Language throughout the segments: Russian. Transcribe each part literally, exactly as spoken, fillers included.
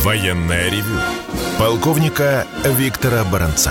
Военное ревю полковника Виктора Баранца.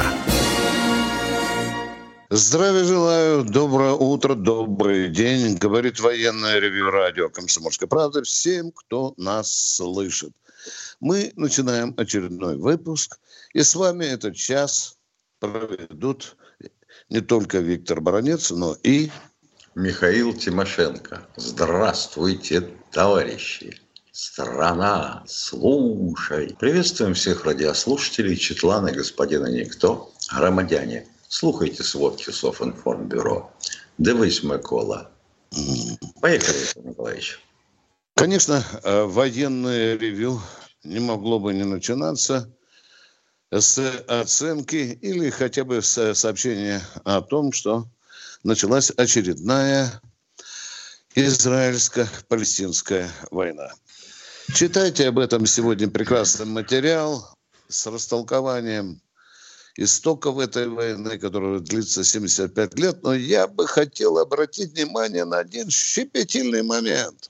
Здравия желаю, доброе утро, добрый день, говорит Военное ревю радио «Комсомольская правда» всем, кто нас слышит. Мы начинаем очередной выпуск, и с вами этот час проведут не только Виктор Баранец, но и Михаил Тимошенко. Здравствуйте, товарищи! Страна, слушай! Приветствуем всех радиослушателей, четланы господина Никто, громадяне. Слухайте сводки Софинформбюро. Дивись, Микола. Поехали, Виктор Николаевич. Конечно, военное ревю не могло бы не начинаться с оценки или хотя бы с сообщения о том, что началась очередная израильско-палестинская война. Читайте об этом сегодня прекрасный материал с растолкованием истоков этой войны, которая длится семьдесят пять лет. Но я бы хотел обратить внимание на один щепетильный момент.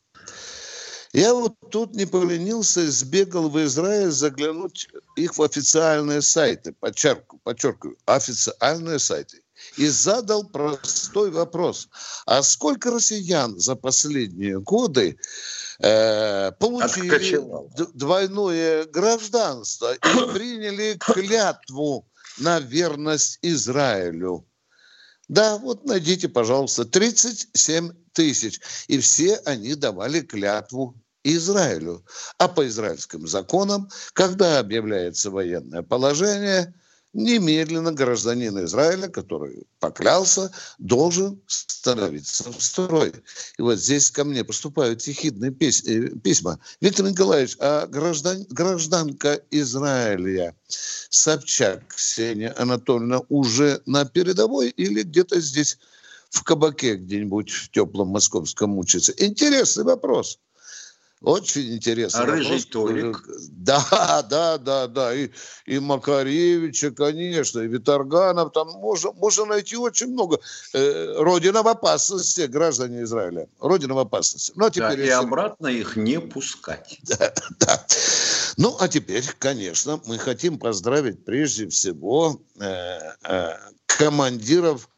Я вот тут не поленился, сбегал в Израиль заглянуть их в официальные сайты, подчеркиваю, подчеркиваю, официальные сайты, и задал простой вопрос. А сколько россиян за последние годы э, получили Откачевал. двойное гражданство и приняли клятву на верность Израилю? Да, вот найдите, пожалуйста, тридцать семь тысяч. И все они давали клятву Израилю. А по израильским законам, когда объявляется военное положение, немедленно гражданин Израиля, который поклялся, должен становиться в строй. И вот здесь ко мне поступают ехидные письма. Виктор Николаевич, а граждан, гражданка Израиля Собчак Ксения Анатольевна уже на передовой или где-то здесь в кабаке где-нибудь в теплом московском учится? Интересный вопрос. Очень интересный а вопрос. Рыжий Толик? Да, да, да, да. И, и Макаревича, конечно, и Виторганов. Там можно, можно найти очень много. Э, Родина в опасности, граждане Израиля. Родина в опасности. Ну, а теперь Да, и если... обратно их не пускать. Да, да. Ну, а теперь, конечно, мы хотим поздравить прежде всего э, э, командиров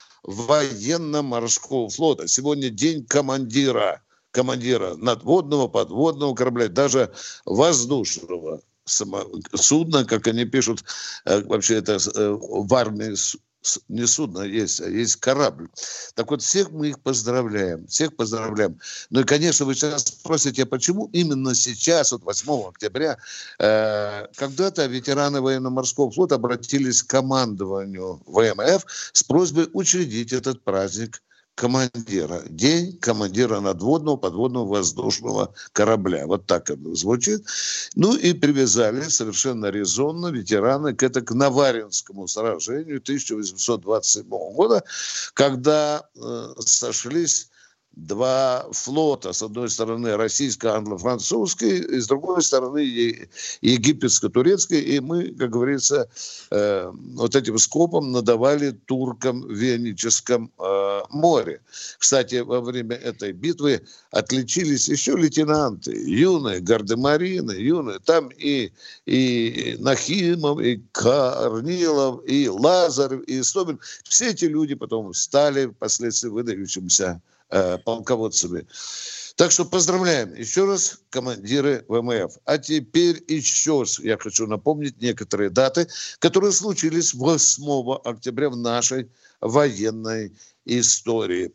военно-морского флота. Сегодня день командира. командира надводного, подводного корабля, даже воздушного судна, как они пишут, вообще это в армии не судно есть, а есть корабль. Так вот, всех мы их поздравляем, всех поздравляем. Ну и, конечно, вы сейчас спросите, а почему именно сейчас, вот восьмого октября, э, когда-то ветераны военно-морского флота обратились к командованию ВМФ с просьбой учредить этот праздник командира. День командира надводного, подводного, воздушного корабля. Вот так это звучит. Ну и привязали совершенно резонно ветераны к, это, к Наваринскому сражению тысяча восемьсот двадцать седьмого года, когда э, сошлись два флота. С одной стороны российско-англо-французский, и с другой стороны египетско-турецкий. И мы, как говорится, э, вот этим скопом надавали туркам в Ионическом э, море. Кстати, во время этой битвы отличились еще лейтенанты, юные, гардемарины, юные. Там и, и Нахимов, и Корнилов, и Лазарев, и Истомин. Все эти люди потом стали впоследствии выдающимся полководцами. Так что поздравляем еще раз командиры ВМФ. А теперь еще раз я хочу напомнить некоторые даты, которые случились восьмого октября в нашей военной истории.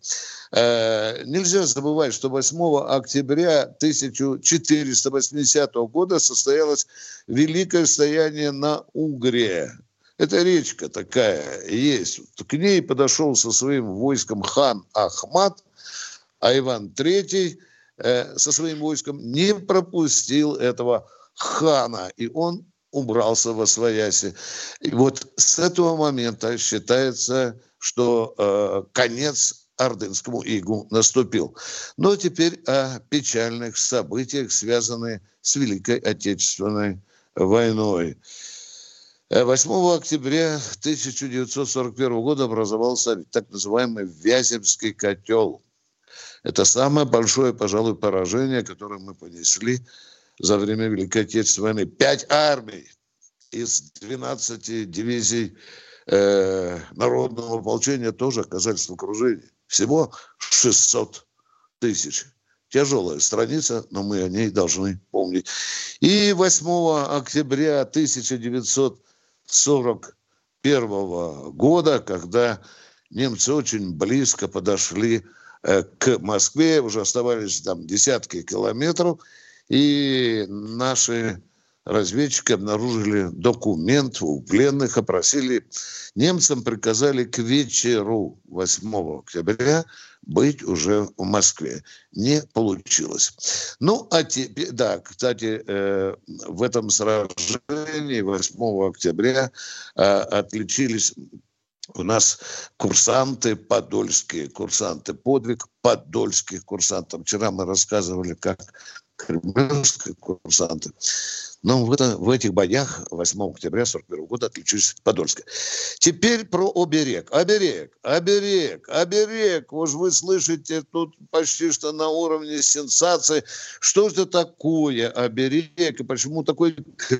Э, нельзя забывать, что восьмого октября тысяча четыреста восьмидесятого года состоялось Великое стояние на Угре. Это речка такая есть. К ней подошел со своим войском хан Ахмат, а Иван Третий э, со своим войском не пропустил этого хана, и он убрался восвояси. И вот с этого момента считается, что э, конец ордынскому игу наступил. Но теперь о печальных событиях, связанных с Великой Отечественной войной. восьмого октября тысяча девятьсот сорок первого года образовался так называемый Вяземский котел. Это самое большое, пожалуй, поражение, которое мы понесли за время Великой Отечественной войны. Пять армий из двенадцати дивизий э, народного ополчения тоже оказались в окружении. Всего шестьсот тысяч. Тяжелая страница, но мы о ней должны помнить. И восьмого октября тысяча девятьсот сорок первого года, когда немцы очень близко подошли э, к Москве, уже оставались там десятки километров, и наши разведчики обнаружили документ у пленных, опросили. Немцам приказали к вечеру восьмого октября быть уже в Москве. Не получилось. Ну, а теперь, да, кстати, э, в этом сражении восьмого октября э, отличились у нас курсанты подольские, курсанты подвиг подольских курсантов. Вчера мы рассказывали, как кремлевские курсанты. Но в, это, в этих боях восьмого октября сорок первого года отличились Подольские. Теперь про оберег. Оберег, оберег, оберег. Уж вы слышите, тут почти что на уровне сенсации. Что это такое оберег? И почему такой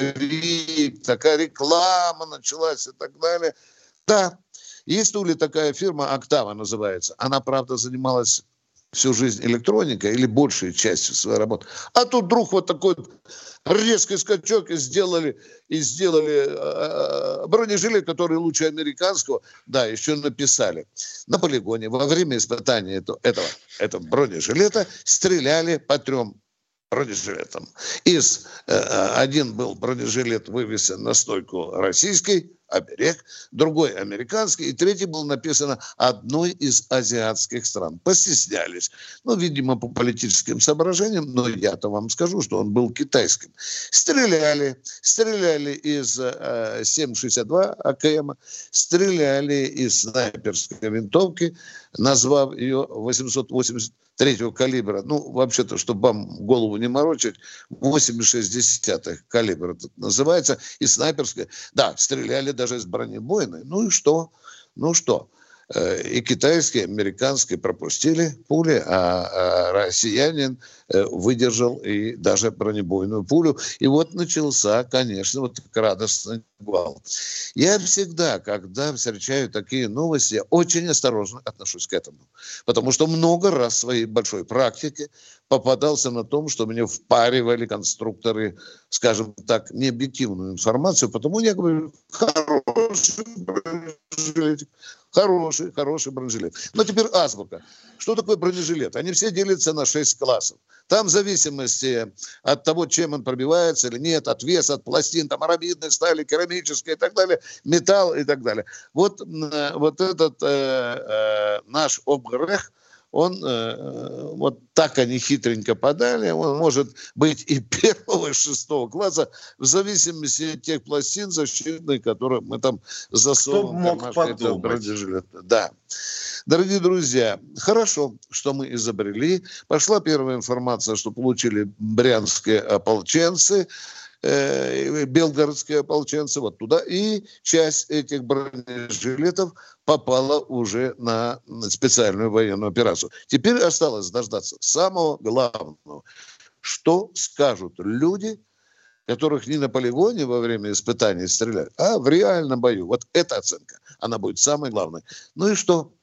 крик, такая реклама началась и так далее? Да, есть у ли такая фирма, «Октава» называется. Она, правда, занималась всю жизнь электроникой или большей частью своей работы. А тут вдруг вот такой резкий скачок и сделали, и сделали э, бронежилет, который лучше американского. Да, еще написали. На полигоне во время испытания этого, этого, этого бронежилета стреляли по трем бронежилетам. Из, э, один был бронежилет вывесен на стойку российский, оберег, другой американский, и третий был написано одной из азиатских стран. Постеснялись. Ну, видимо, по политическим соображениям, но я-то вам скажу, что он был китайским. Стреляли, стреляли из э, семь шестьдесят два АКМ, стреляли из снайперской винтовки, назвав ее восемьсот восемьдесят третьего калибра. Ну, вообще-то, чтобы вам голову не морочить, восемь и шесть десятых калибр это называется, и снайперская. Да, стреляли даже из бронебойной. Ну и что? Ну что? И китайские, и американские пропустили пули, а, а россиянин выдержал и даже бронебойную пулю. И вот начался, конечно, вот радостный гвалт. Я всегда, когда встречаю такие новости, очень осторожно отношусь к этому. Потому что много раз в своей большой практике попадался на том, что мне впаривали конструкторы, скажем так, необъективную информацию, потому я говорю, хороший бронежилетик, хороший, хороший бронежилет. Но теперь азбука. Что такое бронежилет? Они все делятся на шесть классов. Там в зависимости от того, чем он пробивается или нет, от веса, от пластин, там арамидной стали, керамической и так далее, металл и так далее. Вот, вот этот э, э, наш обгрех, он э, вот так они хитренько подали, он может быть и первого, и шестого класса, в зависимости от тех пластин защитных, которые мы там засовываем. Кто мог подумать? Да. Дорогие друзья, хорошо, что мы изобрели. Пошла первая информация, что получили брянские ополченцы, э, белгородские ополченцы, вот туда. И часть этих бронежилетов попала уже на специальную военную операцию. Теперь осталось дождаться самого главного. Что скажут люди, которых не на полигоне во время испытаний стреляют, а в реальном бою. Вот эта оценка, она будет самой главной. Ну и что?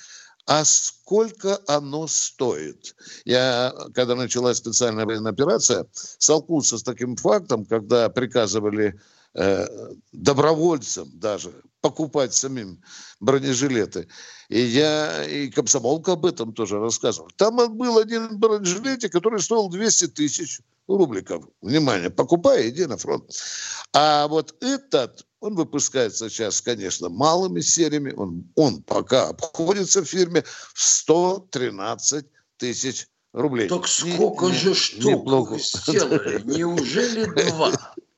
А сколько оно стоит? Я, когда началась специальная военная операция, столкнулся с таким фактом, когда приказывали э, добровольцам даже покупать самим бронежилеты. И я, и комсомолка об этом тоже рассказывал. Там был один бронежилетик, который стоил двести тысяч рубликов. Внимание, покупай, иди на фронт. А вот этот, он выпускается сейчас, конечно, малыми сериями. Он, он пока обходится в фирме в сто тринадцать тысяч рублей. Так сколько не, же не, штук неплохо. Вы сделали? Неужели два?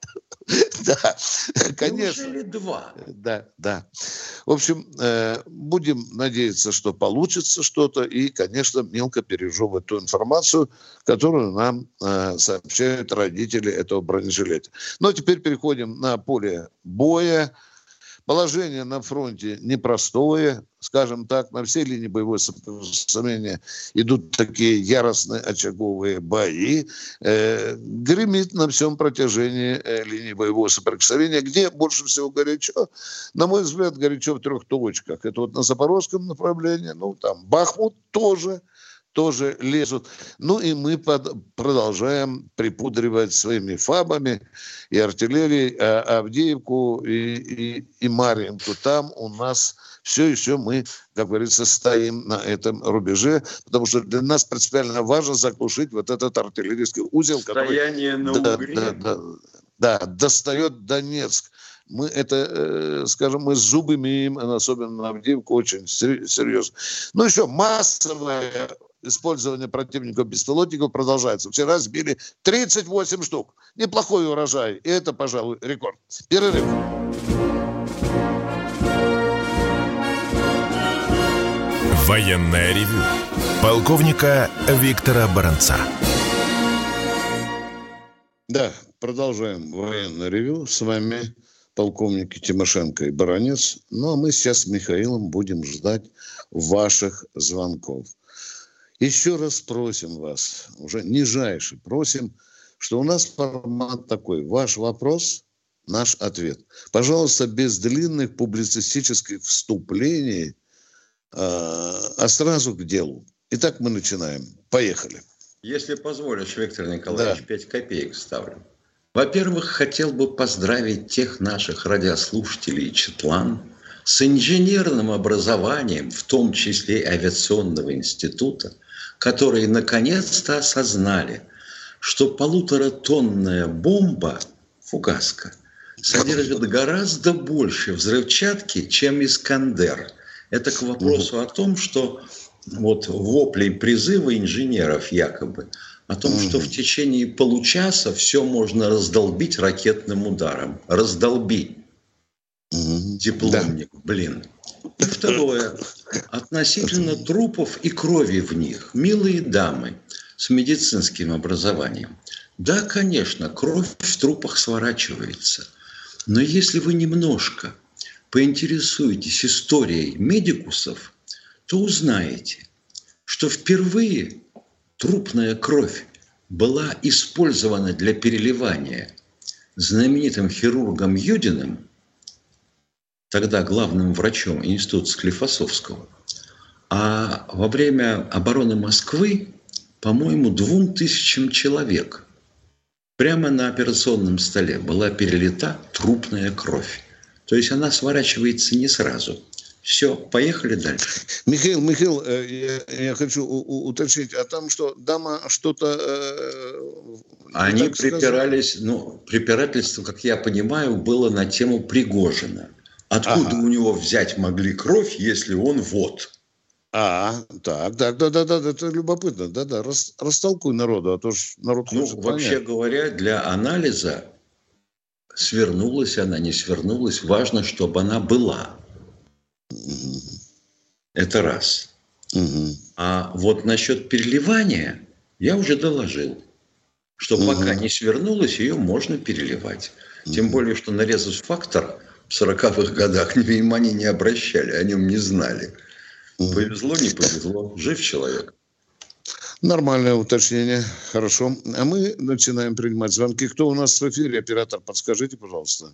Да, конечно. Неужели два? Да, да. В общем, э, будем надеяться, что получится что-то, и, конечно, мелко пережевывать ту информацию, которую нам э, сообщают родители этого бронежилета. Но теперь переходим на поле боя. Положение на фронте непростое, скажем так, на всей линии боевого соприкосновения идут такие яростные очаговые бои. Э, гремит на всем протяжении э, линии боевого соприкосновения. Где больше всего горячо? На мой взгляд, горячо в трех точках. Это вот на Запорожском направлении, ну там Бахмут тоже. тоже лезут. Ну и мы под, продолжаем припудривать своими фабами и артиллерией а, Авдеевку и, и, и Марьинку. Там у нас все еще мы, как говорится, стоим на этом рубеже, потому что для нас принципиально важно заглушить вот этот артиллерийский узел, Стояние который на да, угре. да, да, да, достает Донецк. Мы это, э, скажем, мы зубы имеем, особенно на Авдеевку, очень серьезно. Ну еще массовое использование противников беспилотников продолжается. Вчера сбили тридцать восемь штук. Неплохой урожай. И это, пожалуй, рекорд. Перерыв. Военное ревю полковника Виктора Баранца. Да, продолжаем военное ревю. С вами полковники Тимошенко и Баранец. Ну, а мы сейчас с Михаилом будем ждать ваших звонков. Еще раз просим вас, уже нижайше просим, что у нас формат такой. Ваш вопрос, наш ответ. Пожалуйста, без длинных публицистических вступлений, а сразу к делу. Итак, мы начинаем. Поехали. Если позволишь, Виктор Николаевич, да. пять копеек ставлю. Во-первых, хотел бы поздравить тех наших радиослушателей Четлан с инженерным образованием, в том числе авиационного института, которые наконец-то осознали, что полуторатонная бомба, фугаска, содержит гораздо больше взрывчатки, чем «Искандер». Это к вопросу о том, что вот вопли призыва инженеров якобы, о том, что в течение получаса все можно раздолбить ракетным ударом. Раздолби. Дипломник, да. Блин. И второе. Относительно трупов и крови в них. Милые дамы с медицинским образованием. Да, конечно, кровь в трупах сворачивается. Но если вы немножко поинтересуетесь историей медикусов, то узнаете, что впервые трупная кровь была использована для переливания знаменитым хирургом Юдиным, тогда главным врачом института Склифосовского, а во время обороны Москвы, по-моему, двум тысячам человек прямо на операционном столе была перелита трупная кровь. То есть она сворачивается не сразу. Все, поехали дальше. Михаил, Михаил, я, я хочу у, уточнить, а там что, дама что-то... Э, Они припирались, сказать? ну, препирательство, как я понимаю, было на тему Пригожина. Откуда ага. у него взять могли кровь, если он вот? А, так, так, да, да, да, это любопытно, да, да, Рас, растолкуй народу, а то ж народ ну, хочет вообще понять. говоря, для анализа свернулась она, не свернулась, важно, чтобы она была. Угу. Это раз. Угу. А вот насчет переливания я уже доложил, что угу. пока не свернулась, ее можно переливать. Угу. Тем более, что на резус-фактор в сороковых годах внимания не обращали, о нем не знали. Угу. Повезло, не повезло, жив человек. Нормальное уточнение, хорошо. А мы начинаем принимать звонки. Кто у нас в эфире? Оператор, подскажите, пожалуйста.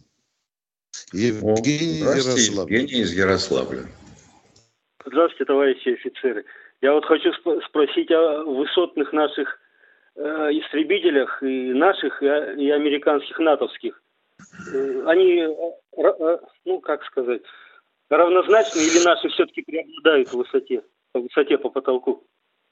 Евгений, Ярославль. Евгений из Ярославля. Здравствуйте, товарищи офицеры. Я вот хочу сп- спросить о высотных наших э, истребителях, и наших, и, и американских, натовских. Э, они, э, э, ну, как сказать, равнозначны или наши все-таки преобладают в высоте, в высоте по потолку?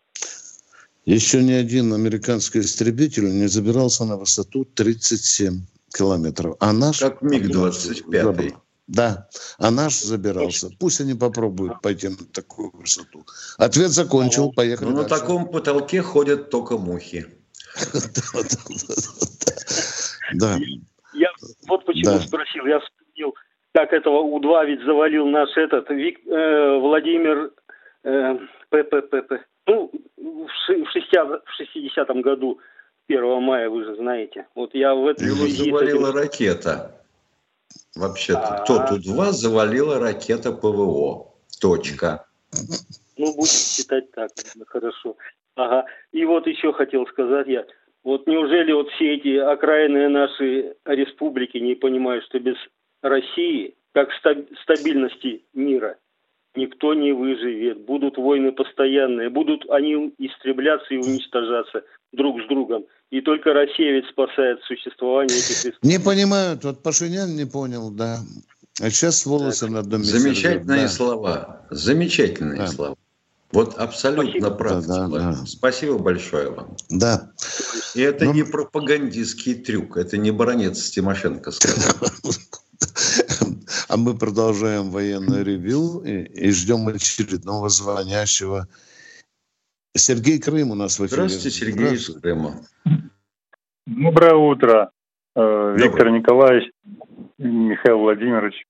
Еще ни один американский истребитель не забирался на высоту тридцать семь километров. А наш... Как МиГ двадцать пять. Да, а наш забирался. Пусть они попробуют пойти на такую высоту. Ответ закончил, поехали дальше. На таком потолке ходят только мухи. Да. Я вот почему спросил. Я вспомнил, как этого У-два ведь завалил наш этот Владимир ППП. Ну, в шестидесятом году, первого мая, вы же знаете. Вот я в этом... Его завалила ракета. Вообще-то, то тут вас завалила ракета ПВО. Точка. Ну, будем считать так. Хорошо. Ага. И вот еще хотел сказать я. Вот неужели вот все эти окраинные наши республики не понимают, что без России, как стабильности мира, никто не выживет. Будут войны постоянные, будут они истребляться и уничтожаться друг с другом. И только Россия ведь спасает существование этих республик. Не понимают, вот Пашинян не понял, да. А сейчас волосы на одном месте. Замечательные да. слова. Замечательные да. слова. Вот абсолютно Спасибо. прав. Да, да, да. Спасибо большое вам. Да. И это ну... не пропагандистский трюк, это не баронец Тимошенко сказал. А мы продолжаем военное ревью и, и ждем очередного звонящего. Сергей Крым у нас в эфире. Здравствуйте, Сергей из Крыма. Доброе утро, Виктор Николаевич, Михаил Владимирович.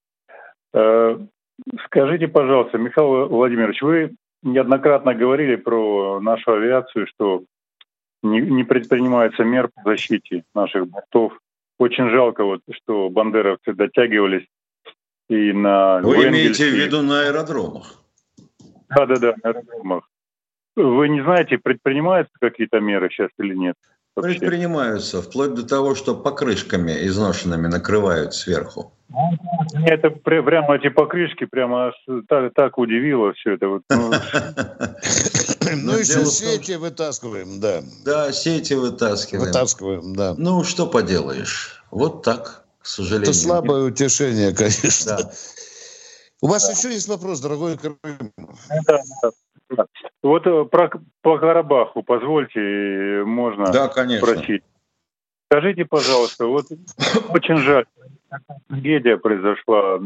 Скажите, пожалуйста, Михаил Владимирович, вы неоднократно говорили про нашу авиацию, что не, не предпринимается мер по защите наших бортов. Очень жалко, вот, что бандеровцы дотягивались и на... Вы имеете в виду на аэродромах? Да-да-да, на аэродромах. Вы не знаете, предпринимаются какие-то меры сейчас или нет? Вообще? Предпринимаются, вплоть до того, что покрышками изношенными накрывают сверху. Меня это прямо эти покрышки прямо так, так удивило все это. Вот, ну... ну еще сети вытаскиваем, да. Да, сети вытаскиваем. Вытаскиваем, да. Ну, что поделаешь. Вот так, к сожалению. Это слабое утешение, конечно. Да. У вас да. еще есть вопрос, дорогой Крым? Да, да. Вот про, по Карабаху, позвольте, можно да, конечно. спросить. Скажите, пожалуйста, вот очень жаль, трагедия произошла,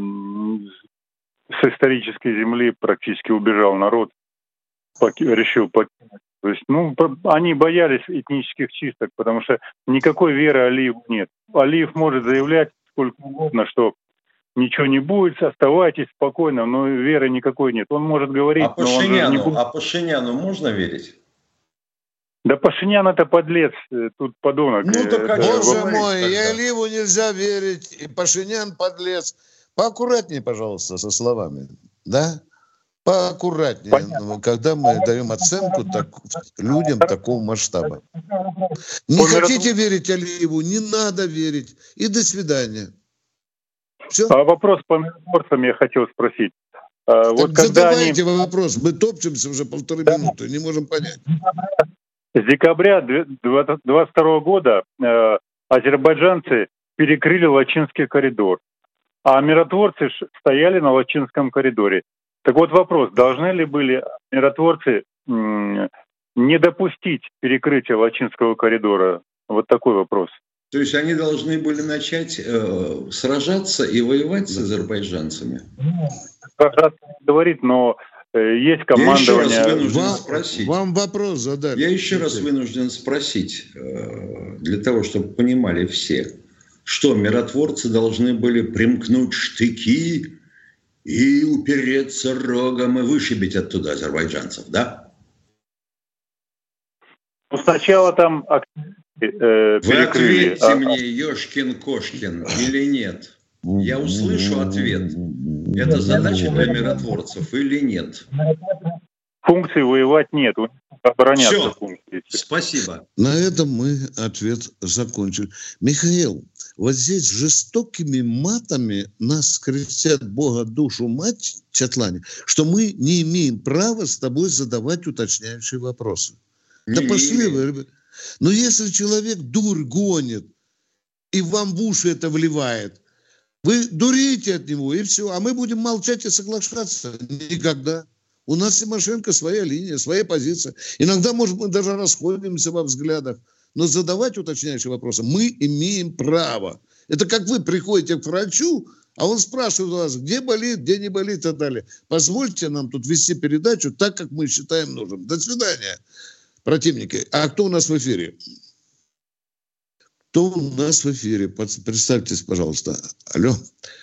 с исторической земли практически убежал народ, поки, решил покинуть. То есть, ну, они боялись этнических чисток, потому что никакой веры Алиеву нет. Алиев может заявлять сколько угодно, что ничего не будет, оставайтесь спокойно, но веры никакой нет. Он может говорить, а Пашиняну, но он же не будет... А Пашиняну можно верить? Да Пашинян это подлец, тут подонок. Ну, так, это... боже мой, и Алиеву нельзя верить, и Пашинян подлец. Поаккуратнее, пожалуйста, со словами, да? Поаккуратнее, Понятно. Когда мы даем оценку так, людям такого масштаба. Не Он хотите мирот... верить Алиеву, не надо верить. И до свидания. Все? А вопрос по миротворцам я хотел спросить. А, вот задавайте они... вопрос. Мы топчемся уже полторы да. минуты, не можем понять. С декабря двадцать второго года э, азербайджанцы перекрыли Лачинский коридор, а миротворцы стояли на Лачинском коридоре. Так вот вопрос, должны ли были миротворцы м- не допустить перекрытия Лачинского коридора? Вот такой вопрос. То есть они должны были начать э, сражаться и воевать с азербайджанцами? Сражаться не говорит, но э, есть командование. Я еще раз вынужден вам, спросить. Вам вопрос задали. Я еще раз вынужден спросить, э, для того, чтобы понимали все, что миротворцы должны были примкнуть штыки и упереться рогом и вышибить оттуда азербайджанцев, да? Ну, сначала там... Э, Вы ответьте а... мне, Ёшкин-Кошкин, или нет? Я услышу ответ. Это задача для миротворцев или нет? Функции воевать нет, обороняться. Все, функции. Спасибо. На этом мы ответ закончили. Михаил, вот здесь жестокими матами нас крестят Бога душу мать, Чатлане, что мы не имеем права с тобой задавать уточняющие вопросы. Не, да пошли вы, ребята. Но если человек дурь гонит и вам в уши это вливает, вы дурите от него, и все. А мы будем молчать и соглашаться. Никогда. У нас Тимошенко своя линия, своя позиция. Иногда, может, мы даже расходимся во взглядах. Но задавать уточняющие вопросы мы имеем право. Это как вы приходите к врачу, а он спрашивает у вас, где болит, где не болит и так далее. Позвольте нам тут вести передачу так, как мы считаем нужным. До свидания, противники. А кто у нас в эфире? Кто у нас в эфире? Представьтесь, пожалуйста. Алло.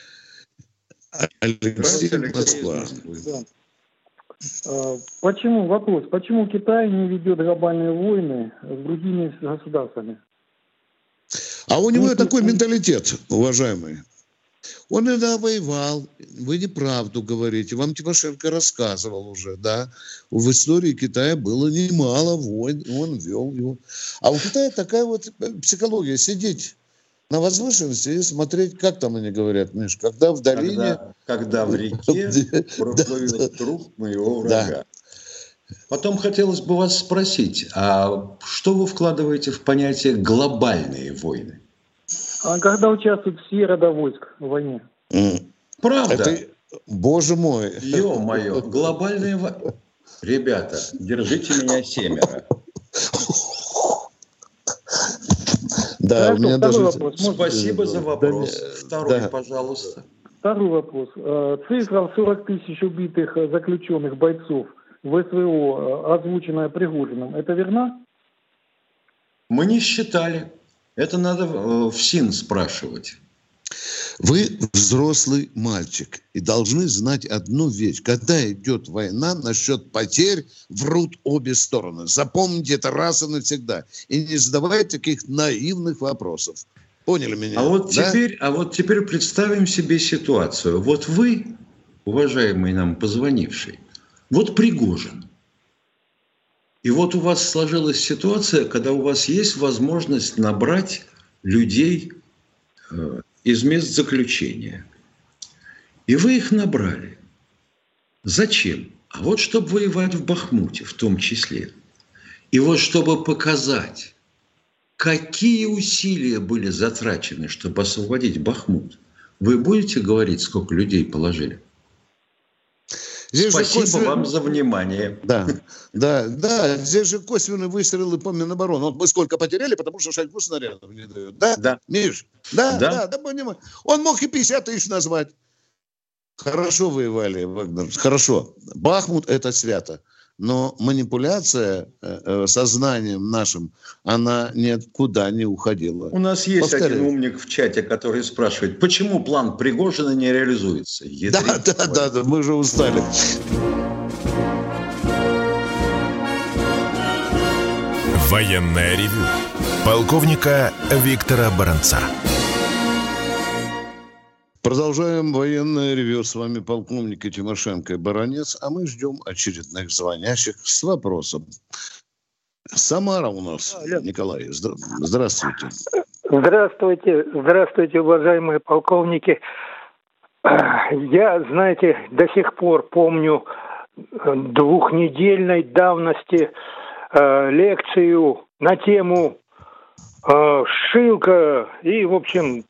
Алексей, Москва. Да. Почему, вопрос, почему Китай не ведет глобальные войны с другими государствами? А у него ну, такой ну, менталитет, уважаемый. Он иногда воевал. Вы неправду говорите. Вам Тимошенко рассказывал уже, да. В истории Китая было немало войн, и он вел его. А у Китая такая вот психология. Сидеть на возвышенности и смотреть, как там они говорят, Миш, когда в долине... Когда, когда в реке проплывет труп моего врага. Да. Потом хотелось бы вас спросить, а что вы вкладываете в понятие глобальные войны? А когда участвуют все рода войск в войне? Правда? Это, боже мой. Ё-моё, глобальные войны. Ребята, держите меня семеро. Да, Хорошо, у меня даже... вопрос. Спасибо за вопрос. Да, Второй, да. пожалуйста. Второй вопрос. Цифра в сорок тысяч убитых заключенных бойцов ВСВО, озвученная Пригожиным, это верна? Мы не считали. Это надо в СИН спрашивать. Вы взрослый мальчик и должны знать одну вещь. Когда идет война, насчет потерь врут обе стороны. Запомните это раз и навсегда. И не задавайте таких наивных вопросов. Поняли меня? А вот, да? теперь, а вот теперь представим себе ситуацию. Вот вы, уважаемый нам позвонивший, вот Пригожин. И вот у вас сложилась ситуация, когда у вас есть возможность набрать людей э, из мест заключения. И вы их набрали. Зачем? А вот чтобы воевать в Бахмуте в том числе. И вот чтобы показать, какие усилия были затрачены, чтобы освободить Бахмут. Вы будете говорить, сколько людей положили? Здесь Спасибо косвен... вам за внимание. Да, да, да. Здесь же косвенные выстрелы по Минобороны. Вот мы сколько потеряли, потому что Шойгу снарядов не дают. Да, да. Миш? Да, да, да, да, да, понимаю. Он мог и пятьдесят тысяч назвать. Хорошо воевали, Вагнер. Хорошо. Бахмут – это свято. Но манипуляция э, сознанием нашим, она никуда не уходила. У нас есть Повторяю. один умник в чате, который спрашивает, почему план Пригожина не реализуется? Да, да, да, да, мы же устали. Военное ревю полковника Виктора Баранца. Продолжаем военное ревью. С вами полковник Тимошенко и Баранец, а мы ждем очередных звонящих с вопросом. Самара у нас, Алло. Николай. Здравствуйте. Здравствуйте, здравствуйте, уважаемые полковники. Я, знаете, до сих пор помню двухнедельной давности э, лекцию на тему э, Шилка и, в общем,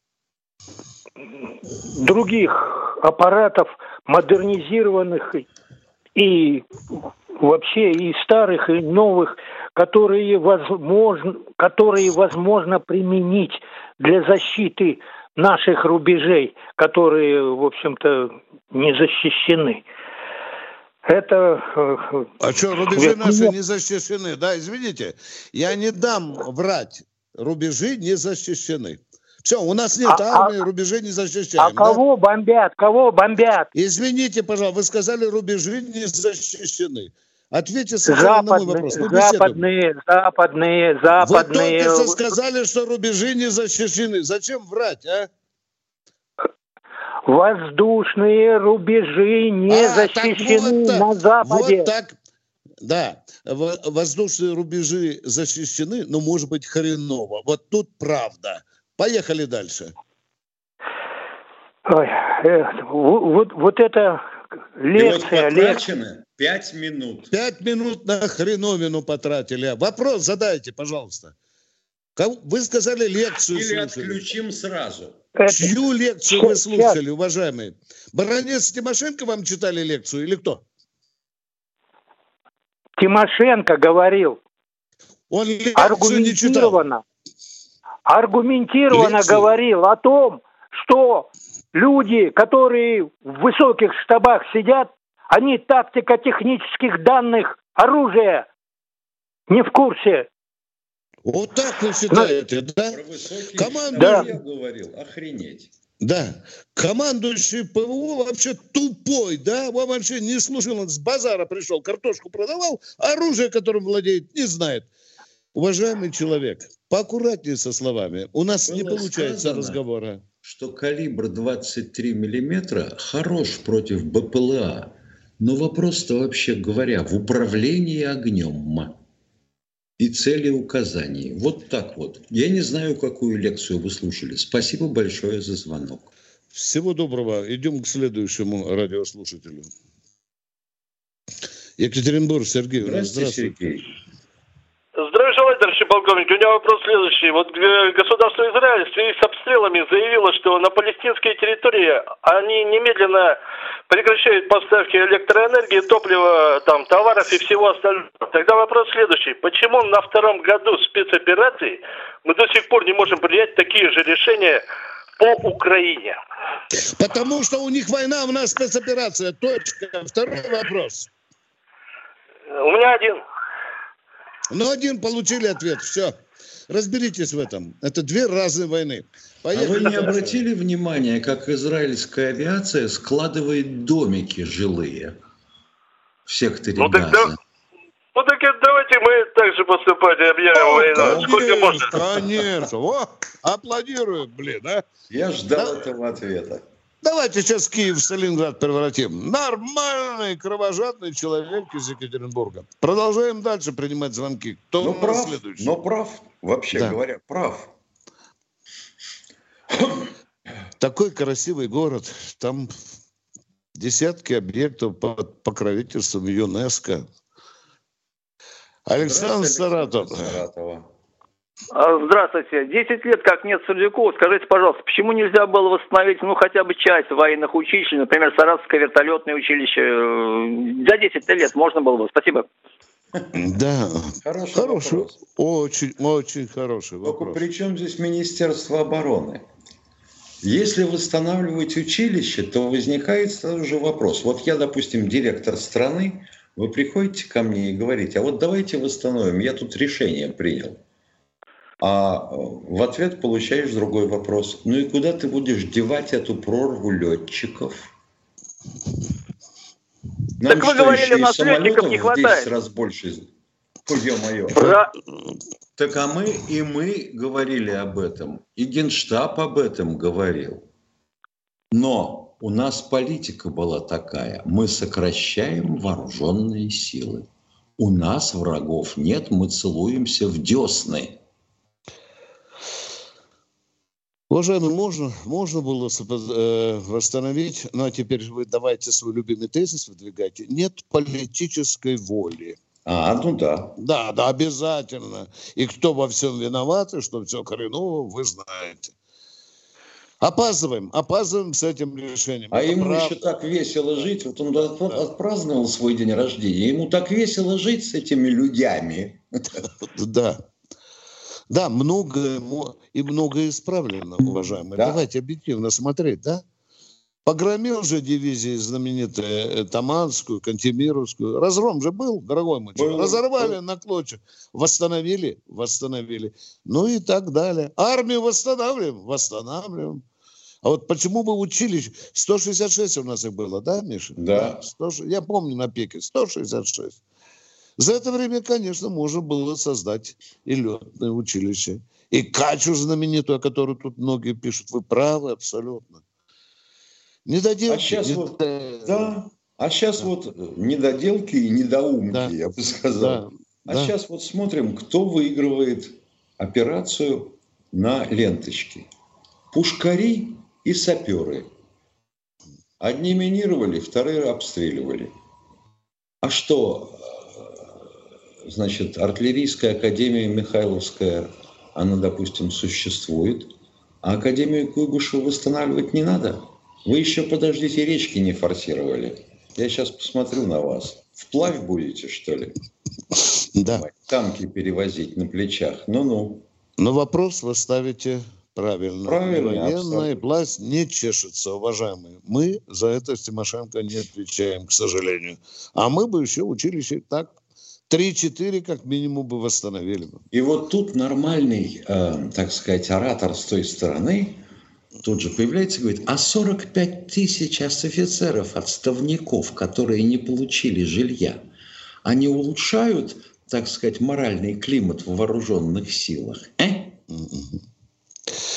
других аппаратов, модернизированных и вообще и старых, и новых, которые возможно, которые возможно применить для защиты наших рубежей, которые, в общем-то, не защищены. Это... А что, рубежи наши не защищены? Да, извините, я не дам врать. Рубежи не защищены. Все, у нас нет а, армии, а, рубежи не защищаем. А кого да? бомбят? Кого бомбят? Извините, пожалуйста, вы сказали, рубежи не защищены. Ответьте сначала на мой вопрос. Мы западные, западные, западные. Вы только что сказали, что рубежи не защищены. Зачем врать, а? Воздушные рубежи не а, защищены вот на Западе. Вот так. Да, воздушные рубежи защищены, но может быть хреново. Вот тут правда. Поехали дальше. Ой, э, вот, вот это лекция, вот лекция. Пять минут. Пять минут на хреновину потратили. Вопрос задайте, пожалуйста. Вы сказали лекцию Или слушали. отключим сразу. Это... Чью лекцию вы слушали, уважаемые? Баранец Тимошенко вам читали лекцию или кто? Тимошенко говорил. Он лекцию не читал. Аргументированно Лекцию. говорил о том, что люди, которые в высоких штабах сидят, они тактико-технических данных оружия не в курсе. Вот так вы считаете, Но... да? Про высокие Команду... штабы я говорил, охренеть. Да, командующий ПВО вообще тупой, да? Он вообще не служил, он с базара пришел, картошку продавал, оружие, которым владеет, не знает. Уважаемый человек, поаккуратнее со словами. У нас Было не получается сказано, разговора. что калибр двадцать три миллиметра хорош против БПЛА. Но вопрос-то, вообще говоря, в управлении огнем и целеуказании. Вот так вот. Я не знаю, какую лекцию вы слушали. Спасибо большое за звонок. Всего доброго. Идем к следующему радиослушателю. Екатеринбург, Сергей. Здравствуйте, Сергей. Здравия желаю, товарищи полковники. У меня вопрос следующий. Вот государство Израиль в связи с обстрелами заявило, что на палестинской территории они немедленно прекращают поставки электроэнергии, топлива, там, товаров и всего остального. Тогда вопрос следующий. Почему на втором году спецоперации мы до сих пор не можем принять такие же решения по Украине? Потому что у них война, у нас спецоперация. Точка. Второй вопрос. У меня один. Ну, один получили ответ. Все. Разберитесь в этом. Это две разные войны. Поехали. А вы не обратили внимания, как израильская авиация складывает домики жилые в секторе ну, Газа? Тогда, ну так давайте мы так же поступать и объявим войну. Сколько можно? Конечно. О, аплодирую, блин, а. Я ждал да. этого ответа. Давайте сейчас Киев в Сталинград превратим. Нормальный, кровожадный человек из Екатеринбурга. Продолжаем дальше принимать звонки. Кто но у нас прав, следующий? Но прав, вообще да. говоря, прав. Такой красивый город. Там десятки объектов под покровительством ЮНЕСКО. Александр Саратов. Здравствуйте. Десять лет как нет Сердюкова. Скажите, пожалуйста, почему нельзя было восстановить, ну, хотя бы часть военных училищ, например, Саратовское вертолетное училище? За десять лет можно было бы. Спасибо. Да. Хороший, хороший вопрос. Очень, очень хороший вопрос. Только при чем здесь Министерство обороны? Если восстанавливать училище, то возникает сразу же вопрос. Вот я, допустим, директор страны, вы приходите ко мне и говорите, а вот давайте восстановим, я тут решение принял. А в ответ получаешь другой вопрос. Ну и куда ты будешь девать эту прорву летчиков? Нам так вы что, говорили, еще у нас летчиков не хватает. В десять раз больше. Ой, ё-моё. Ра... Так а мы и мы говорили об этом. И Генштаб об этом говорил. Но у нас политика была такая. Мы сокращаем вооруженные силы. У нас врагов нет, мы целуемся в десны. Уважаемый, можно, можно было э, восстановить, ну а теперь вы давайте свой любимый тезис выдвигайте. Нет политической воли. А, ну да. Да, да, обязательно. И кто во всем виноват, и что все хреново, вы знаете. Опаздываем, опаздываем с этим решением. А это ему правда. еще так весело жить. Вот он да. отпраздновал свой день рождения. Ему так весело жить с этими людьми. Да. Да, многое и многое исправлено, уважаемые. Да. Давайте объективно смотреть, да? Погромил же дивизии знаменитые Таманскую, Кантемировскую. Разгром же был, дорогой мой человек. Разорвали был. На клочья. Восстановили, восстановили. Ну и так далее. Армию восстанавливаем, восстанавливаем. А вот почему бы училище... сто шестьдесят шесть у нас их было, да, Миша? Да. сто, я помню на пике. сто шестьдесят шесть. За это время, конечно, можно было создать и летное училище. И Качу знаменитую, о которой тут многие пишут. Вы правы абсолютно. Недоделки. А сейчас, не... вот, да, а сейчас да. вот недоделки и недоумки, да. я бы сказал. Да. А да. сейчас вот смотрим, кто выигрывает операцию на ленточке. Пушкари и саперы. Одни минировали, вторые обстреливали. А что... Значит, артиллерийская академия Михайловская, она, допустим, существует, а академию Куйбышева восстанавливать не надо. Вы еще, подождите, речки не форсировали. Я сейчас посмотрю на вас. Вплавь будете, что ли? Да. Танки перевозить на плечах. Ну-ну. Но вопрос вы ставите правильно. Правильно. Военная власть не чешется, уважаемые. Мы за это с Тимошенко не отвечаем, к сожалению. А мы бы еще училище так три-четыре как минимум бы восстановили бы. И вот тут нормальный, э, так сказать, оратор с той стороны тут же появляется и говорит, а сорок пять тысяч офицеров, отставников, которые не получили жилья, они улучшают, так сказать, моральный климат в вооруженных силах? Э?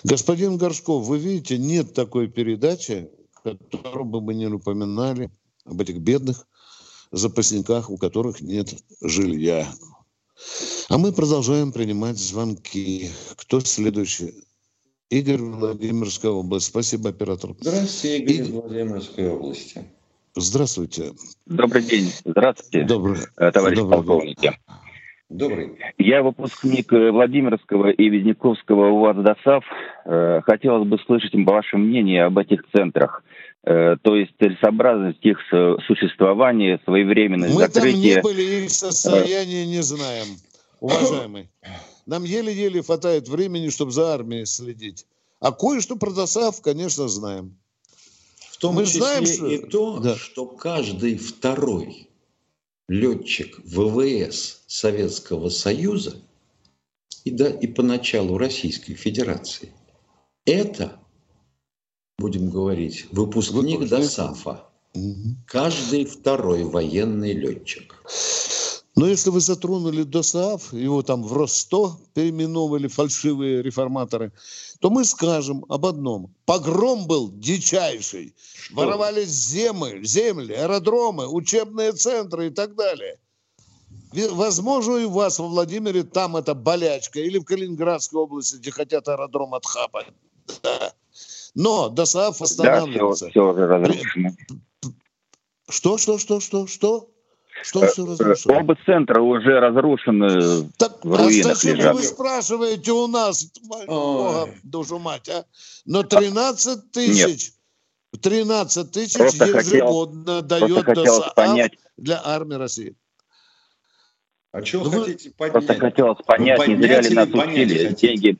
Господин Горшков, вы видите, нет такой передачи, которую бы мы не упоминали об этих бедных запасниках, у которых нет жилья. А мы продолжаем принимать звонки. Кто следующий? Игорь, Владимирская область. Спасибо, оператор. Здравствуйте, Игорь из Владимирской области. Здравствуйте. Добрый день. Здравствуйте, Добрый, товарищ добрый полковники. Добрый. Я выпускник Владимирского и Визняковского УАЗ ДОСААФ. Хотелось бы слышать ваше мнение об этих центрах. То есть целесообразность их существования, своевременность Мы закрытия. Мы там не были, их состояние не знаем, уважаемый. Нам еле-еле хватает времени, чтобы за армией следить. А кое-что про ДОСААФ, конечно, знаем. В том Мы числе знаем, что... и то, да. что каждый второй летчик ВВС Советского Союза и, да, и поначалу Российской Федерации – это, будем говорить, выпускник, выпускник. ДОСААФа. Угу. Каждый второй военный летчик. Но если вы затронули ДОСААФ, его там в Росто переименовали фальшивые реформаторы, то мы скажем об одном. Погром был дичайший. Что? Воровали земли, земли, аэродромы, учебные центры и так далее. Возможно, и у вас во Владимире там это болячка, или в Калининградской области, где хотят аэродром отхапать. Да. Но ДОСААФ останавливается. Да, все, все уже разрушено. Что, что, что, что, что? Что все разрушено? Оба центра уже разрушены, так, в руинах а лежат. Вы спрашиваете у нас, Бога, душу мать, а? Но тринадцать тысяч, тринадцать тысяч ежегодно дает ДОСААФ для армии России. А что ну, хотите вы... поднять? Просто хотелось понять, не зря ли нас учили деньги.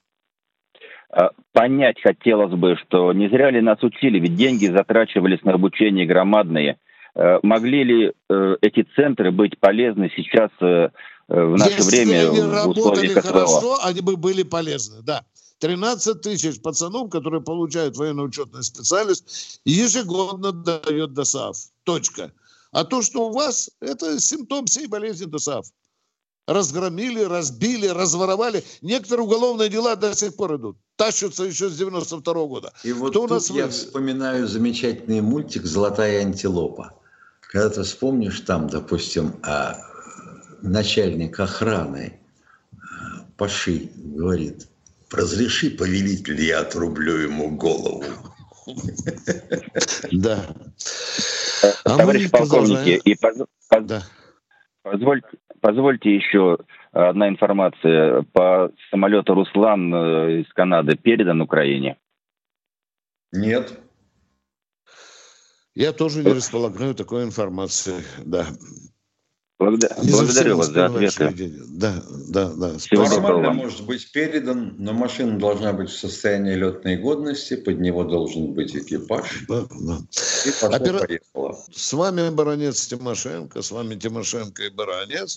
Понять хотелось бы, что не зря ли нас учили, ведь деньги затрачивались на обучение громадные. Могли ли э, эти центры быть полезны сейчас э, в наше Если время они в условиях хорошо, СВО? Они бы были полезны, да. тринадцать тысяч пацанов, которые получают военно-учетную специальность, ежегодно дает ДОСААФ. Точка. А то, что у вас, это симптом всей болезни ДОСААФ. Разгромили, разбили, разворовали. Некоторые уголовные дела до сих пор идут. Тащатся еще с девяносто второго года. И вот Кто тут у нас я вы... вспоминаю замечательный мультик «Золотая антилопа». Когда ты вспомнишь там, допустим, начальник охраны Паши говорит: «Разреши, повелитель, я отрублю ему голову». Да. Товарищ полковники, и позвольте, позвольте еще одна информация. По самолету «Руслан» из Канады передан Украине? Нет. Я тоже не располагаю такой информацией, да. Благодар... Благодарю вас за ответы. Да, да, да. Формально может быть передан, но машина должна быть в состоянии летной годности, под него должен быть экипаж. Да, да. И пошло, Опера... поехало. С вами баронец Тимошенко, с вами Тимошенко и баронец.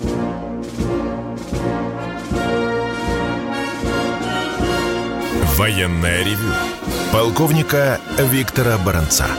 Военное ревю полковника Виктора Баранца.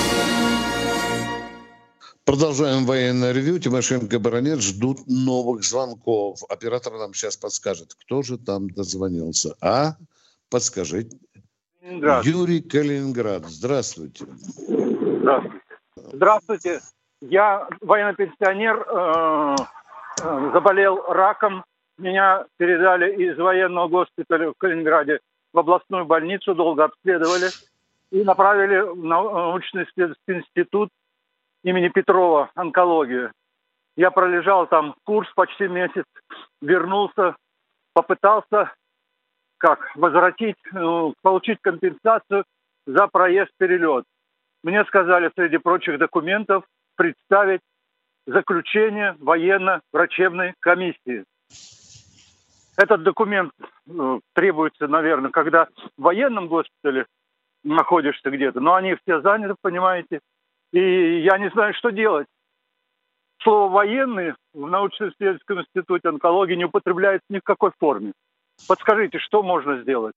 Продолжаем военное ревью. Тимошенко и баронец ждут новых звонков. Оператор нам сейчас подскажет, кто же там дозвонился. А? Подскажите. Калининград. Юрий, Калининград. Здравствуйте. Здравствуйте. Здравствуйте. Я военный пенсионер, э, э, заболел раком. Меня передали из военного госпиталя в Калининграде в областную больницу, долго обследовали и направили в научно-исследовательский институт имени Петрова, онкологию. Я пролежал там курс почти месяц, вернулся, попытался как возвратить, получить компенсацию за проезд-перелет. Мне сказали, среди прочих документов, представить заключение военно-врачебной комиссии. Этот документ э, требуется, наверное, когда в военном госпитале находишься где-то, но они все заняты, понимаете, и я не знаю, что делать. Слово «военный» в научно-исследовательском институте онкологии не употребляется ни в какой форме. Подскажите, что можно сделать?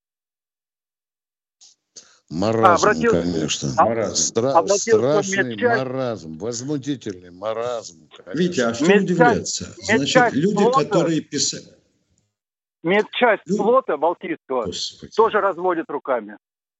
Маразм, а, обратил... конечно. А, маразм. Стра... Страшный маразм, возмутительный маразм. Конечно. Витя, а что медчасть, удивляться? Значит, люди, которые писали... медчасть Ну, флота Балтийского Господи. тоже разводит руками.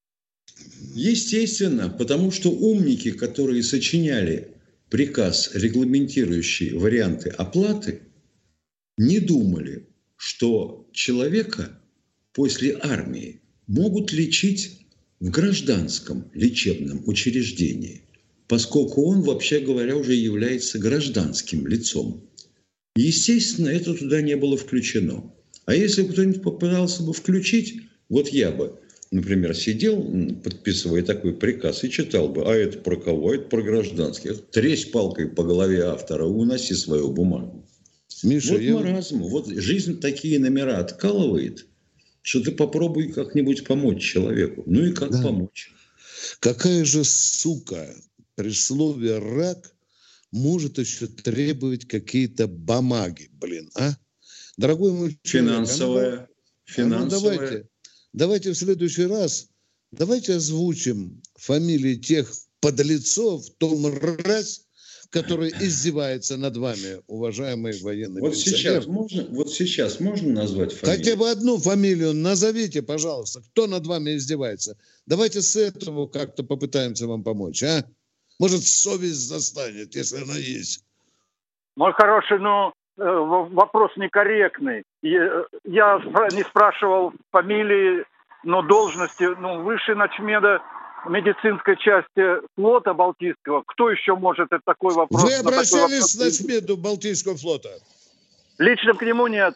Естественно, потому что умники, которые сочиняли приказ, регламентирующий варианты оплаты, не думали, что человека после армии могут лечить в гражданском лечебном учреждении, поскольку он, вообще говоря, уже является гражданским лицом. Естественно, это туда не было включено. А если бы кто-нибудь попытался бы включить, вот я бы, например, сидел, подписывая такой приказ, и читал бы, а это про кого? Это про гражданских. Тресь палкой по голове автора, уноси свою бумагу. Миша, вот я... маразм. Вот жизнь такие номера откалывает, что ты попробуй как-нибудь помочь человеку. Ну и как да. помочь? Какая же сука при слове «рак» может еще требовать какие-то бумаги, блин, а? Дорогой мой человек. Финансовая. А ну, финансовая. А ну, давайте, давайте в следующий раз, давайте озвучим фамилии тех подлецов, том мразь, который издевается над вами, уважаемые военные вот сейчас можно, вот сейчас можно назвать фамилию? Хотя бы одну фамилию назовите, пожалуйста, кто над вами издевается. Давайте с этого как-то попытаемся вам помочь, а? Может, совесть застанет, если она есть. Мой хороший, ну, вопрос некорректный. Я не спрашивал фамилии, но должности, ну, выше начмеда медицинской части флота Балтийского. Кто еще может это такой вопрос? Вы обращались к начмеду Балтийского флота? Лично к нему нет.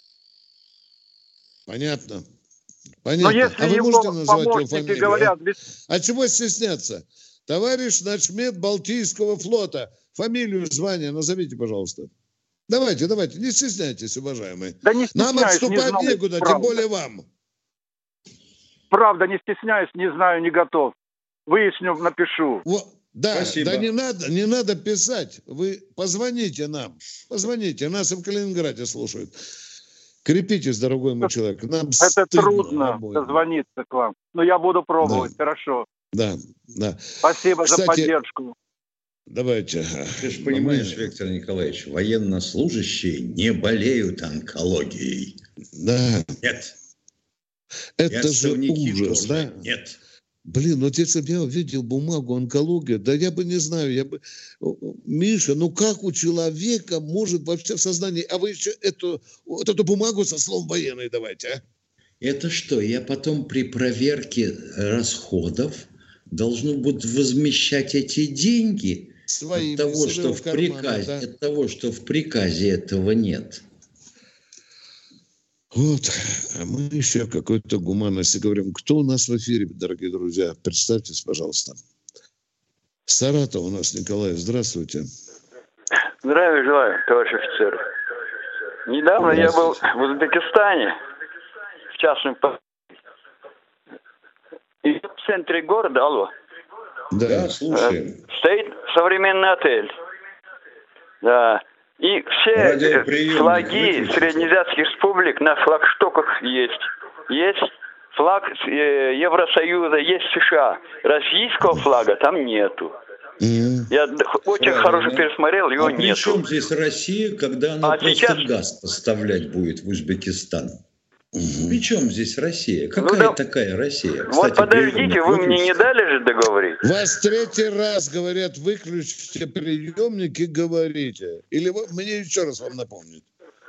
Понятно. Понятно. Но если а вы его можете назвать его фамилию? Говорят, а? без... а чего стесняться? Товарищ начмед Балтийского флота. Фамилию, звание назовите, пожалуйста. Давайте, давайте, не стесняйтесь, уважаемые. Да не Нам отступать не некуда, тем более вам. Правда, не стесняюсь, не знаю, не готов. Выясню, напишу. Вот, да, Спасибо. да не надо, не надо писать. Вы позвоните нам. Позвоните. Нас и в Калининграде слушают. Крепитесь, дорогой мой человек. Нам это трудно дозвониться к вам. Но я буду пробовать, да. Хорошо. Да, да. Спасибо Кстати, за поддержку. Давайте. Ты же понимаешь, мы... Виктор Николаевич, военнослужащие не болеют онкологией. Да. Нет. Это же ужас, да? Нет. Блин, вот если бы я увидел бумагу онкология, да я бы не знаю, я бы... Миша, ну как у человека может вообще в сознании... А вы еще эту, вот эту бумагу со словом военной давайте, а? Это что, я потом при проверке расходов должен буду возмещать эти деньги Своими, от того, что в карманы, приказе, да? от того, что в приказе этого нет. Вот, а мы еще о какой-то гуманности говорим. Кто у нас в эфире, дорогие друзья? Представьтесь, пожалуйста. Саратов у нас, Николай, здравствуйте. Здравия желаю, товарищ офицер. Недавно я был в Узбекистане, в частном... И в центре города, алло. Да, слушаем. Стоит современный отель. Да. И все флаги среднеазиатских республик на флагштоках есть. Есть флаг Евросоюза, есть США. Российского флага там нету. Mm-hmm. Я очень Правильно. хорошо пересмотрел, его а нету. при чем здесь Россия, когда она а просто сейчас... газ поставлять будет в Узбекистан? Угу. При чем здесь Россия? Какая ну, да, такая Россия? Кстати, вот подождите, вы мне не дали же договорить? Вас третий раз говорят, выключите приемник и говорите. Или вы, мне еще раз вам напомнить.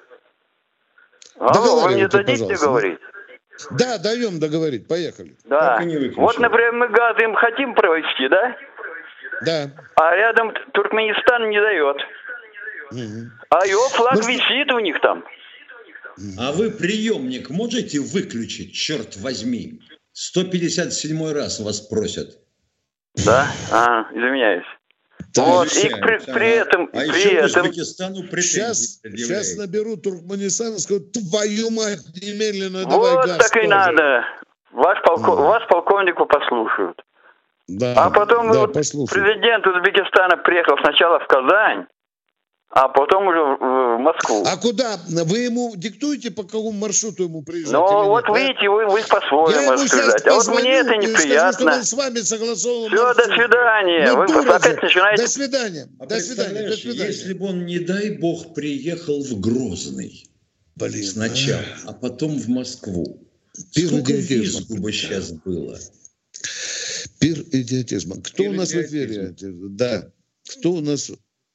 Алло, вы мне дадите пожалуйста. Договорить? Да, даем договорить, поехали. Да. Вот, например, мы газ им хотим провести, да? Да. А рядом Туркменистан не дает. Угу. А его флаг Может... висит у них там. А вы приемник можете выключить, черт возьми? сто пятьдесят седьмой раз вас просят. Да? А, извиняюсь. Да, вот, и при, ага. при этом... А при еще этом... Узбекистану сейчас, сейчас наберу Туркменистан и скажу, твою мать, немедленно вот давай газ. Вот так тоже. И надо. Ваш, полко... а. Вас полковнику послушают. Да, а потом да, вот президент Узбекистана приехал сначала в Казань, а потом уже в Москву. А куда? Вы ему диктуете, по какому маршруту ему приезжать? Ну, вот нет, видите, вы, вы по-своему рассказать. А вот мне это неприятно. Скажу, что он с вами согласовал. Все, маршрут. До свидания. Ну, вы опять начинаете... До свидания. А до свидания. До свидания. Если бы он, не дай бог, приехал в Грозный, Блин, сначала, а... а потом в Москву. Пир Сколько визгу бы сейчас было? Пир идиотизма. Кто Пир у нас идиотизма. В эфире? Да. Кто у нас?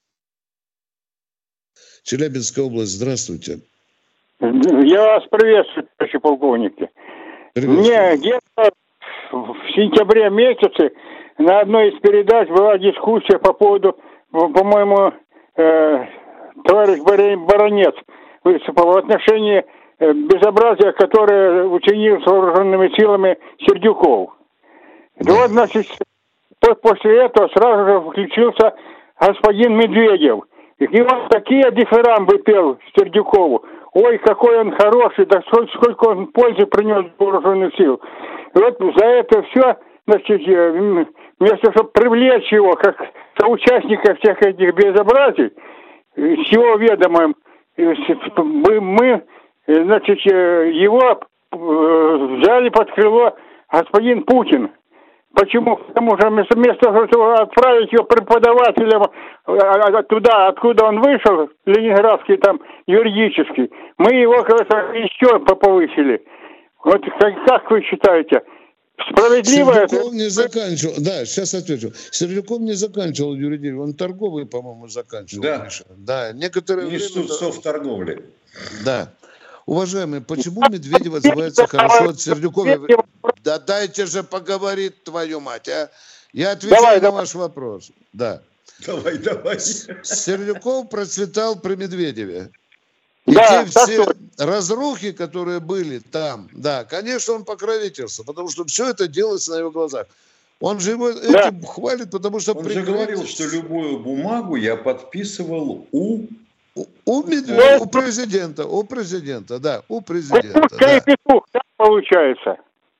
Челябинская область, здравствуйте. Я вас приветствую, товарищи полковники. Мне где-то в сентябре месяце на одной из передач была дискуссия по поводу, по-моему, э, товарищ Баранец выступал в отношении безобразия, которое учинил с вооруженными силами Сердюков. Да вот, значит, после этого сразу же включился господин Медведев. И он такие дифирамбы пел Сердюкову. Ой, какой он хороший, да сколько, сколько он пользы принес вооруженных сил. И вот за это все, значит, вместо чтобы привлечь его как соучастника всех этих безобразий, с его ведомым, мы, значит, его взяли под крыло господин Путин. Почему? Потому что вместо того, чтобы отправить его преподавателем туда, откуда он вышел, ленинградский там, юридический, мы его, кажется, еще повысили. Вот как, как вы считаете? Справедливо Сердюков это? не заканчивал. Да, сейчас отвечу. Сердюков не заканчивал юридический. Он торговый, по-моему, заканчивал. Да. Миша. Да. Некоторые Институт время... совторговли. Да. Уважаемые, почему Медведев отзывается хорошо от Сердюкова? Да дайте же поговорить, твою мать, а. Я отвечаю давай, на давай. ваш вопрос. Да. Давай, давай. Сердюков процветал при Медведеве. И да, те все точно. Разрухи, которые были там, да, конечно, он покровительствовал, потому что все это делается на его глазах. Он же его да. этим хвалит, потому что... Он же говорил, что любую бумагу я подписывал у... У, у, Медведева, у президента, у президента, да, у президента. Да. И петух, так получается.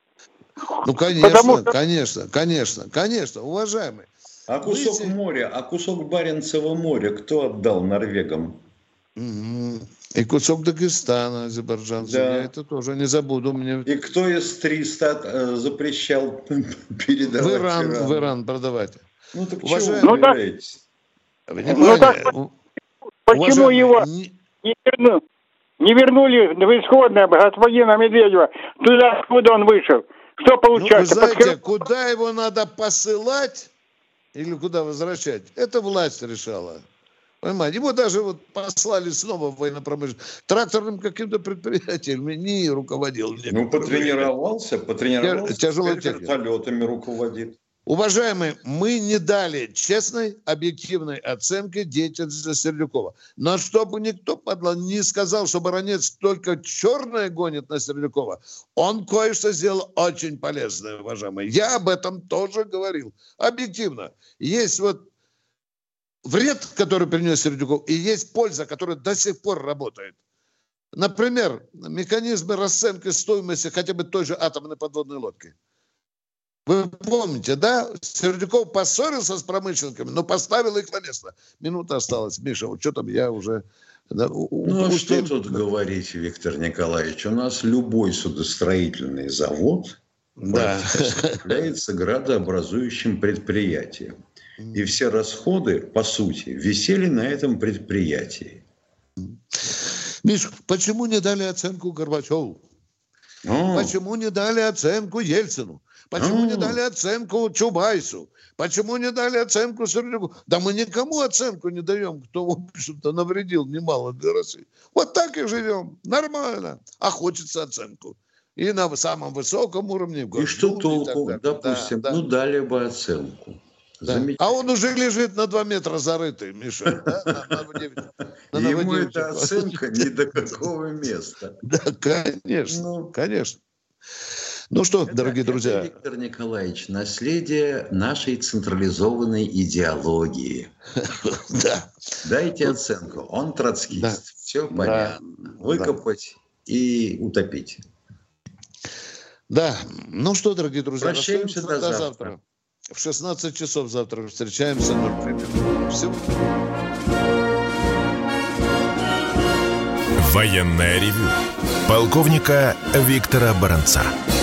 Ну, конечно, что... конечно, конечно, конечно, уважаемый. А кусок Вы... моря, а кусок Баренцева моря кто отдал норвегам? Угу. И кусок Дагестана, азербайджанцев, да. Я это тоже не забуду. Мне... И кто из триста запрещал передавать в Иран, Иран? В Иран продавать. Ну так уважаемый, чего вы говорите? Ну, так... Почему уважаемый, его не... Не, верну... не вернули в исходное господина Медведева туда, откуда он вышел? Что получается? Ну, вы знаете, Под... куда его надо посылать или куда возвращать? Это власть решала. Понимаете, его даже вот послали снова в военно-промышленность. Тракторным каким-то предприятием не руководил. Ну, потренировался, потренировался. Тяжелой вертолетами руководит. Уважаемые, мы не дали честной, объективной оценки деятельности Сердюкова. Но чтобы никто подло не сказал, что Баранец только черное гонит на Сердюкова, он кое-что сделал очень полезное, уважаемые. Я об этом тоже говорил. Объективно. Есть вот вред, который принес Сердюков, и есть польза, которая до сих пор работает. Например, механизмы расценки стоимости хотя бы той же атомной подводной лодки. Вы помните, да? Сердюков поссорился с промышленниками, но поставил их на место. Минута осталась. Миша, вот что там я уже... Да, ну, а что тут говорить, Виктор Николаевич? У нас любой судостроительный завод да. является градообразующим предприятием. И все расходы, по сути, висели на этом предприятии. Миш, почему не дали оценку Горбачеву? О. Почему не дали оценку Ельцину? Почему О. не дали оценку Чубайсу? Почему не дали оценку Сердюкову? Да мы никому оценку не даем, кто, в общем-то, навредил немало для России. Вот так и живем. Нормально. А хочется оценку. И на самом высоком уровне. И что толку? Допустим, да, да. ну дали бы оценку. Да. А он уже лежит на два метра зарытый, Миша. Да? На, на, на Ему эта оценка ни до какого места. Да, конечно, ну, конечно. Ну что, это, дорогие это, друзья. Виктор Николаевич, наследие нашей централизованной идеологии. Да. Дайте оценку. Он троцкист. Все понятно. Выкопать и утопить. Да. Ну что, дорогие друзья. Прощаемся до завтра. В шестнадцать часов завтра встречаемся. Все. Военное ревю полковника Виктора Баранца.